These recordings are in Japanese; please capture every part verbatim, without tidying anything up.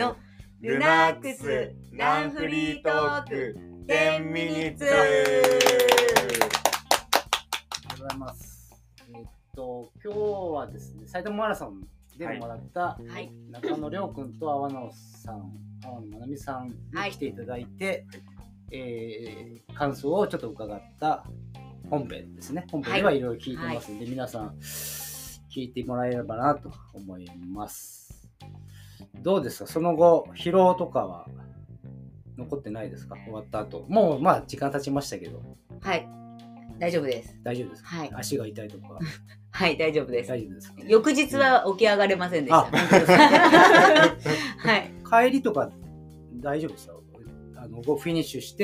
のルナックスランフリートークじゅうミニッツ。 ありがとうございます。えっと今日はですね、埼玉マラソンでもらった、はい、中野亮君と阿波野さん、阿波野まなみさんに来ていただいて、はい、えー、感想をちょっと伺った本編ですね。本編ではいろいろ聞いてますので、はい、皆さん聞いてもらえればなと思います。どうですか、その後疲労とかは残ってないですか？終わった後、もうまあ時間経ちましたけど。 はい、大丈夫です。 大丈夫ですか？はい、足が痛いとか。 はい、大丈夫です。 大丈夫ですか？ 翌日は起き上がれませんでした。うん、 はい。帰りとか大丈夫ですよ。あのフィニッシュして、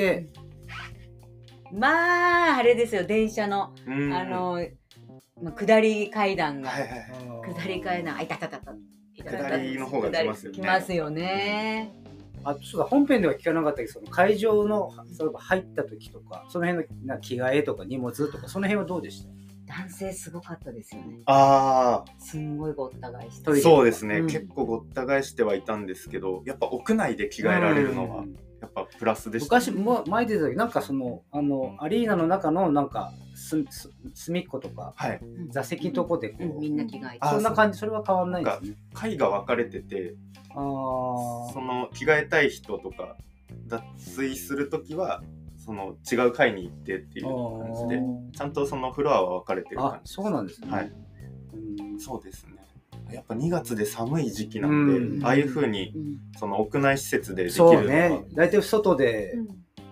まああれですよ、電車のあの下り階段が、はいはいはい、下り階段、あいたたたた、 下りの方が来ますよね。 来ますよね。 あとそうだ、本編では聞かなかったけど、その会場の例えば入った時とか、その辺のな着替えとか荷物とか、その辺はどうでした？ 男性すごかったですよね。 ああ、 すんごいごった返して。 そうですね、うん、結構ごった返してはいたんですけど、やっぱ屋内で着替えられるのはやっぱプラスでした、 ね。昔も前でた時、なんかそのあのアリーナの中のなんかすす隅っことか、はい、座席のとこでこう、 うん、みんな着替えて、 そんな感じ。それは変わんないですね。 階が分かれてて、あその着替えたい人とか脱水するときはその違う階に行ってっていう感じで、ちゃんとそのフロアは分かれてる感じ。 そうなんですね。はい。 うん、そうですね。やっぱにがつで寒い時期なんで、うん、ああいう風にその屋内施設でできるのは、そうね、 大体外で、うん、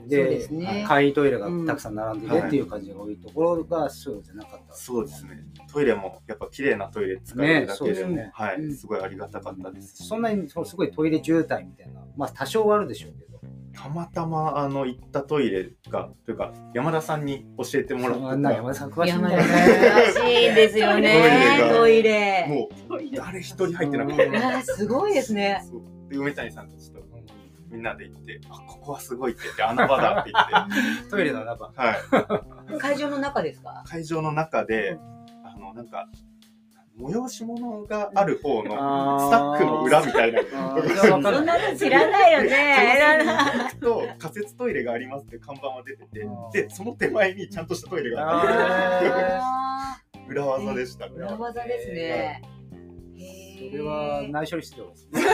で、そうですね、簡易トイレがたくさん並んでてっていう感じが多いところがそうじゃなかった、ね。 そうですね。トイレもやっぱ綺麗なトイレ使えるだけでも、ね、はい、うん、すごいありがたかったです。 そんなにすごいトイレ渋滞みたいな、まあ多少はあるでしょうけど。 たまたまあの行ったトイレがというか山田さんに教えてもらった。 山田さん詳しいんだよね。 詳しいですよね。トイレ。 もう誰一人入ってなくて。 すごいですね。 で梅谷さんとちょっとみんなで行って、あ、ここはすごいって言って穴場だって言って。 トイレの穴場。 はい。 会場の中ですか？ 会場の中で、あのなんか。催し物がある方のスタッフの裏みたいな。 そんなの知らないよね。 と仮設トイレがありますって看板は出てて、でその手前にちゃんとしたトイレがあって、裏技でした。 裏技ですね。 それは内緒にしておきます。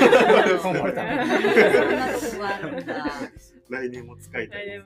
来年も使いたいです。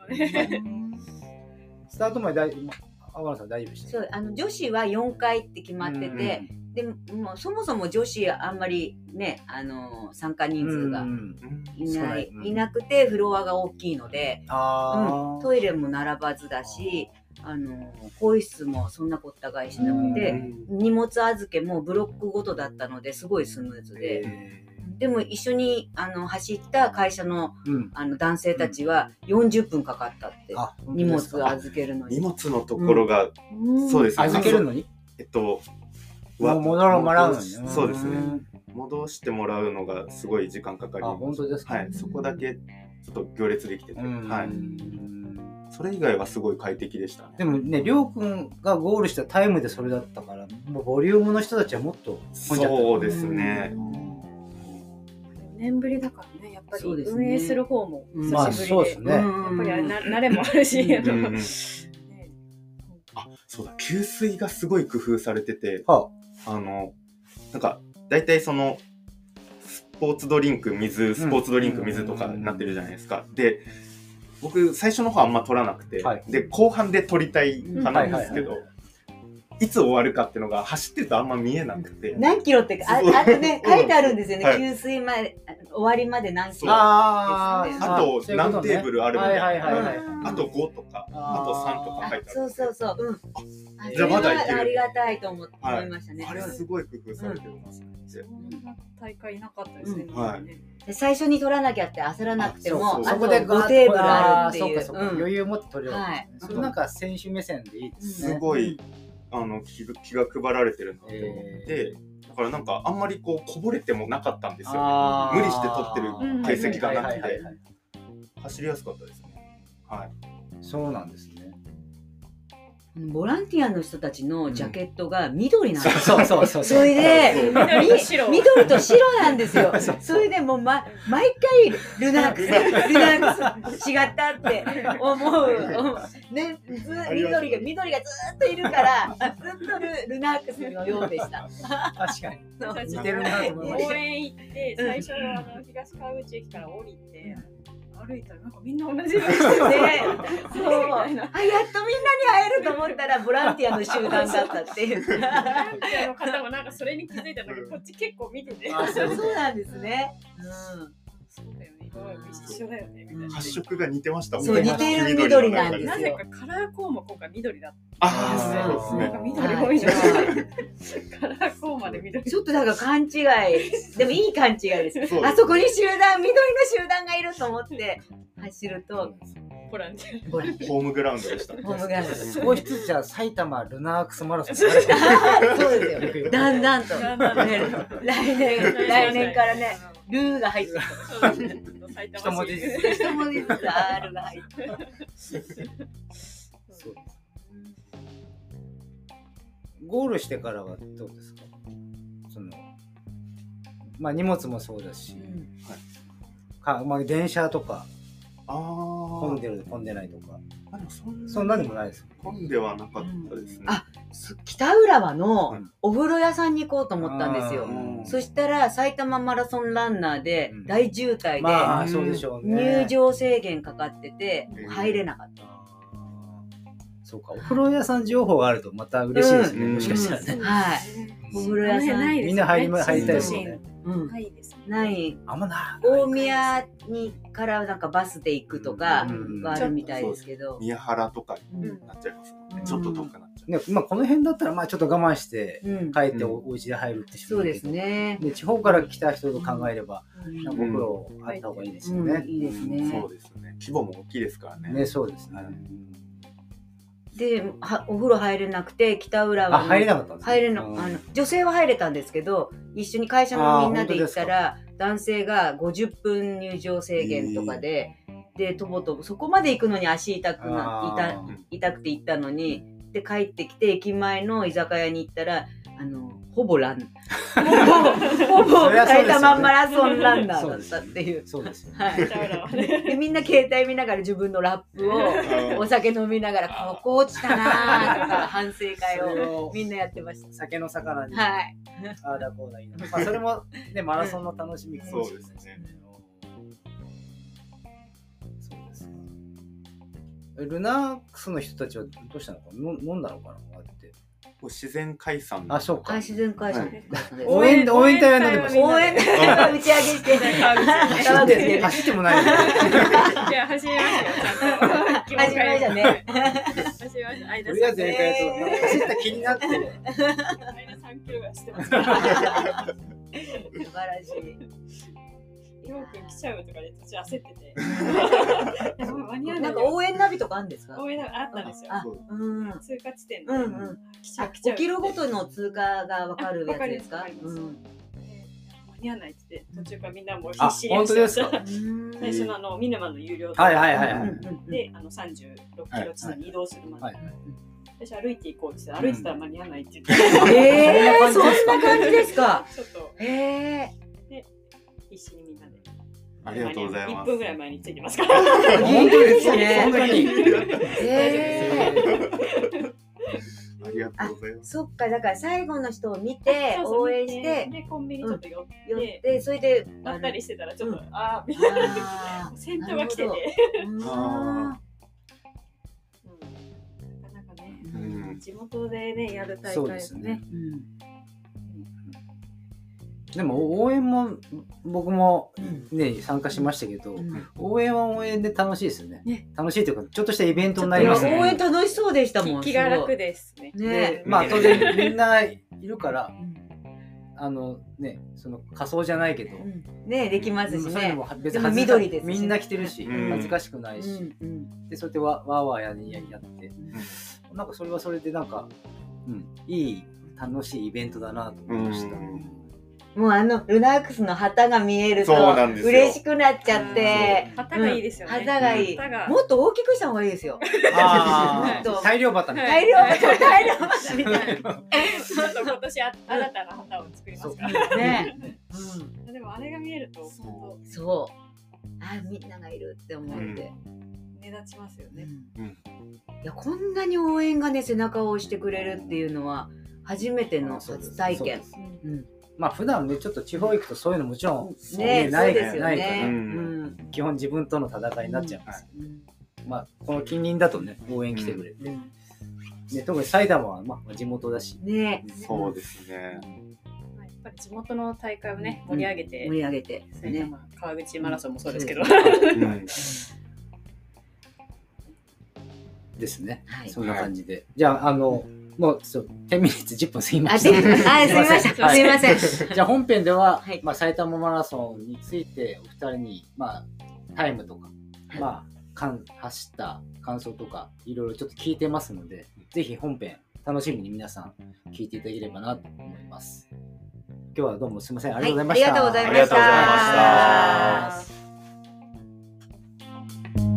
スタート前大阿波野さん大丈夫でした？ そう、あの女子はよんかいって決まってて、でもうそもそも女子あんまりね、あの参加人数がいない、いなくてフロアが大きいので、うん、トイレも並ばずだし、あの更衣室もそんなこった返しなくて、荷物預けもブロックごとだったのですごいスムーズで。でも一緒にあの走った会社の、うん、あの男性たちはよんじゅっぷんかかったって、うん、荷物預けるのに。 荷物のところが、うん、そうですね。 預けるのに？ えっと、 戻ろうもらうのに。 そうですね。戻してもらうのがすごい時間かかります。 あ、本当ですか？ はい、そこだけちょっと行列できてて、はい。それ以外はすごい快適でしたね。 でもね、りょうくんがゴールしたタイムでそれだったから、もうボリュームの人たちはもっと混んじゃった。そうですね。 よねんぶりだからね、やっぱり運営する方も久しぶりで、やっぱり慣れもあるし、 あ、そうだ、給水がすごい工夫されてて、はあ、あのなんかだいたいそのスポーツドリンク水、スポーツドリンク水とかになってるじゃないですか。で、僕最初の方あんま取らなくて、はい、で後半で取りたい派なんですけど。はいはいはい、いつ終わるかっていうのが走ってるとあんま見えなくて、 何キロって あ, あとね書いてあるんですよね、はい、給水まで終わりまで何キロ、 あ, あと何テーブルあるみたいな、あとごとか あ, あとさんとか書いてある。 そうそうそう、うん、 じゃあまだいける。 ありがたいと思って、はい、思いましたね。 あれすごい工夫されてますね。 そんな大会なかったですね。うん、 はい。 で最初に取らなきゃって焦らなくても、あとごテーブルあるっていう、 余裕持って取れる。はい。それなんか選手目線でいいですね。 すごい。あの 気, 気が配られてるなって思って、だからなんかあんまりこうこぼれてもなかったんですよね。無理して取ってる形跡がなくて走りやすかったですね。はい。 そうなんですね。 ボランティアの人たちのジャケットが緑なんですよ。そうそうそう。 それで、緑と白なんですよ。それでもう、ま、毎回、ルナークス、ルナークス、違ったって思う。ね、ず緑が、緑がずっといるから、ずっとルルナークスのようでした。 確かに。似てるなと思いました。 応援行って、最初はあの東川口駅から降りて、歩いたらなんかみんな同じ色してて、そう、あ、やっとみんなに会えると思ったらボランティアの集団だったっていう。 ボランティアの方もなんかそれに気づいたんだけど、こっち結構見てて。 あ、そうなんですね。うん。 そうだよね。一緒だよね。みたいな。 発色が似てましたもんね。そう、似てる緑なんですよ。 なぜかカラーコーマ今回緑だった。 ああ、そうですね。 なんか緑多いな。カラーコーマで緑。 ちょっとなんか勘違い。でもいい勘違いです。あそこに集団、緑の集団がいると思って走ると。 ボランティア。 ホームグラウンドでした。 ホームグラウンド。 少しずつじゃあ埼玉ルナークスマラソン。 そうですよ。だんだんと。来年、来年からね。ルーが入ってる。 一文字ずつ。 一文字ずつ R が入ってる。 そう。ゴールしてからはどうですか？そのまあ荷物もそうだし、うん、かまあ電車とか混んでる混んでないとか。 あ、でもそんなそんなでもないです。 混んではなかったですね。 あ、北浦和のお風呂屋さんに行こうと思ったんですよ。うん、そしたら埼玉マラソンランナーで大渋滞で、 まあそうでしょうね、入場制限かかってて入れなかった。 そうか、お風呂屋さん情報があるとまた嬉しいですね。うん、もしかしたらね。 うん、はい。お風呂屋さんみんな入り入りたいですよね。 ないですね。 ない。 あんまな大宮にからなんかバスで行くとかはあるみたいですけど、 宮原とかになっちゃいますね。ちょっと遠くなっちゃう。 ね、まあこの辺だったらまあちょっと我慢して帰ってお家で入るってそうですね。 で地方から来た人と考えればお風呂あった方がいいですよね。 いいですね。 そうですね。規模も大きいですからね。 ね、そうですね。 でお風呂入れなくて北浦和あ入れなかったんですか？ 入れな、あの女性は入れたんですけど、一緒に会社のみんなで行ったら男性がごじゅっぷん入場制限とかで、でとぼとぼそこまで行くのに足痛くな痛痛くて行ったのに、で帰ってきて駅前の居酒屋に行ったらあのほぼランほぼほぼ埼玉マラソンランナーだったっていう。 そうですよ。 はい。でみんな携帯見ながら自分のラップをお酒飲みながらここ落ちたなとか反省会をみんなやってました。 酒の魚に。 はい。 ああだこうだいいな。まあそれもねマラソンの楽しみかもしれないですね。そうです。ルナークスの人たちはどうしたのか飲んだのかな。 自然解散。 あ、そうか。 自然解散。 応援応援隊は飲んでました。 応援隊は打ち上げして川口で走ってもない。 いや走りましたよちゃんと。 走りましたね。 走りました。 とりあえずやりたいと走った気になって。 間三キロぐらいしてます。素晴らしい。 りょうくん来ちゃうとかで私焦ってて。間に合わない。 なんか応援ナビとかあるんですか？ 応援ナビあったんですよ。 うん。 通過地点で。うんうん。来ちゃう来ちゃう。ごキロごとの通過がわかるやつですか？うん。 間に合わないって言って途中からみんなもう必死に。 本当ですか？ 最初のあのミネマの有料はいはいはいはい。 であのさんじゅうろっキロ地点に移動するまで。私歩いて行こうって歩いてたら間に合わないって言って。 ええ、そんな感じですか？ ちょっと。 へえ。 必死にみんなで。 ありがとうございます。 いっぷんぐらい前についてますから。 本当ですね。 本当に。 えありがとうございます。 そっか、だから最後の人を見て応援して、 でコンビニちょっと寄って、それでばったりしてたらちょっとああみたいな先頭が来てて。なかなかね、地元でねやる大会ですね。 でも応援も僕もね、うん、参加しましたけど、うん、応援は応援で楽しいですよね。ね、楽しいというかちょっとしたイベントになりますね。 応援楽しそうでしたもん。 気が楽ですね。 ね、まあ当然みんないるから、うん、あのねその仮装じゃないけど、うん、 ねできますしね。 そういうのも別に緑ですし、みんな着てるし、うん、恥ずかしくないし、うん、でそうやってわわーわーややって、うん、なんかそれはそれでなんか、うん、いい楽しいイベントだなと思いました。 もうあのルナークスの旗が見えると嬉しくなっちゃって。 旗がいいですよね。 旗がいい。もっと大きくした方がいいですよ。 大量旗みたいな。大量旗、大量旗みたいな。 今年新たな旗を作りますからね。でもあれが見えるとそう。あ、みんながいるって思って。 目立ちますよね。 いや、こんなに応援がね、背中を押してくれるっていうのは初めての初体験。 まあ普段ねちょっと地方行くとそういうのもちろんねないですよね。基本自分との戦いになっちゃいます。まあこの近隣だとね応援来てくれて、で特に埼玉はまあ地元だしね。 そうですね。 やっぱり地元の大会をね盛り上げて盛り上げてね、川口マラソンもそうですけど。 ですね。そんな感じで、じゃああの。もうそうじゅうミニッツじゅっぷん過ぎました。 あ、すみません。すみません。 じゃあ本編では、はい、まあ埼玉マラソンについてお二人にまあタイムとか、はい、まあかん走った感想とかいろいろちょっと聞いてますので、ぜひ本編楽しみに皆さん聞いていただければなと思います。今日はどうもすみません、ありがとうございました。 はい、ありがとうございました。 ありがとうございました。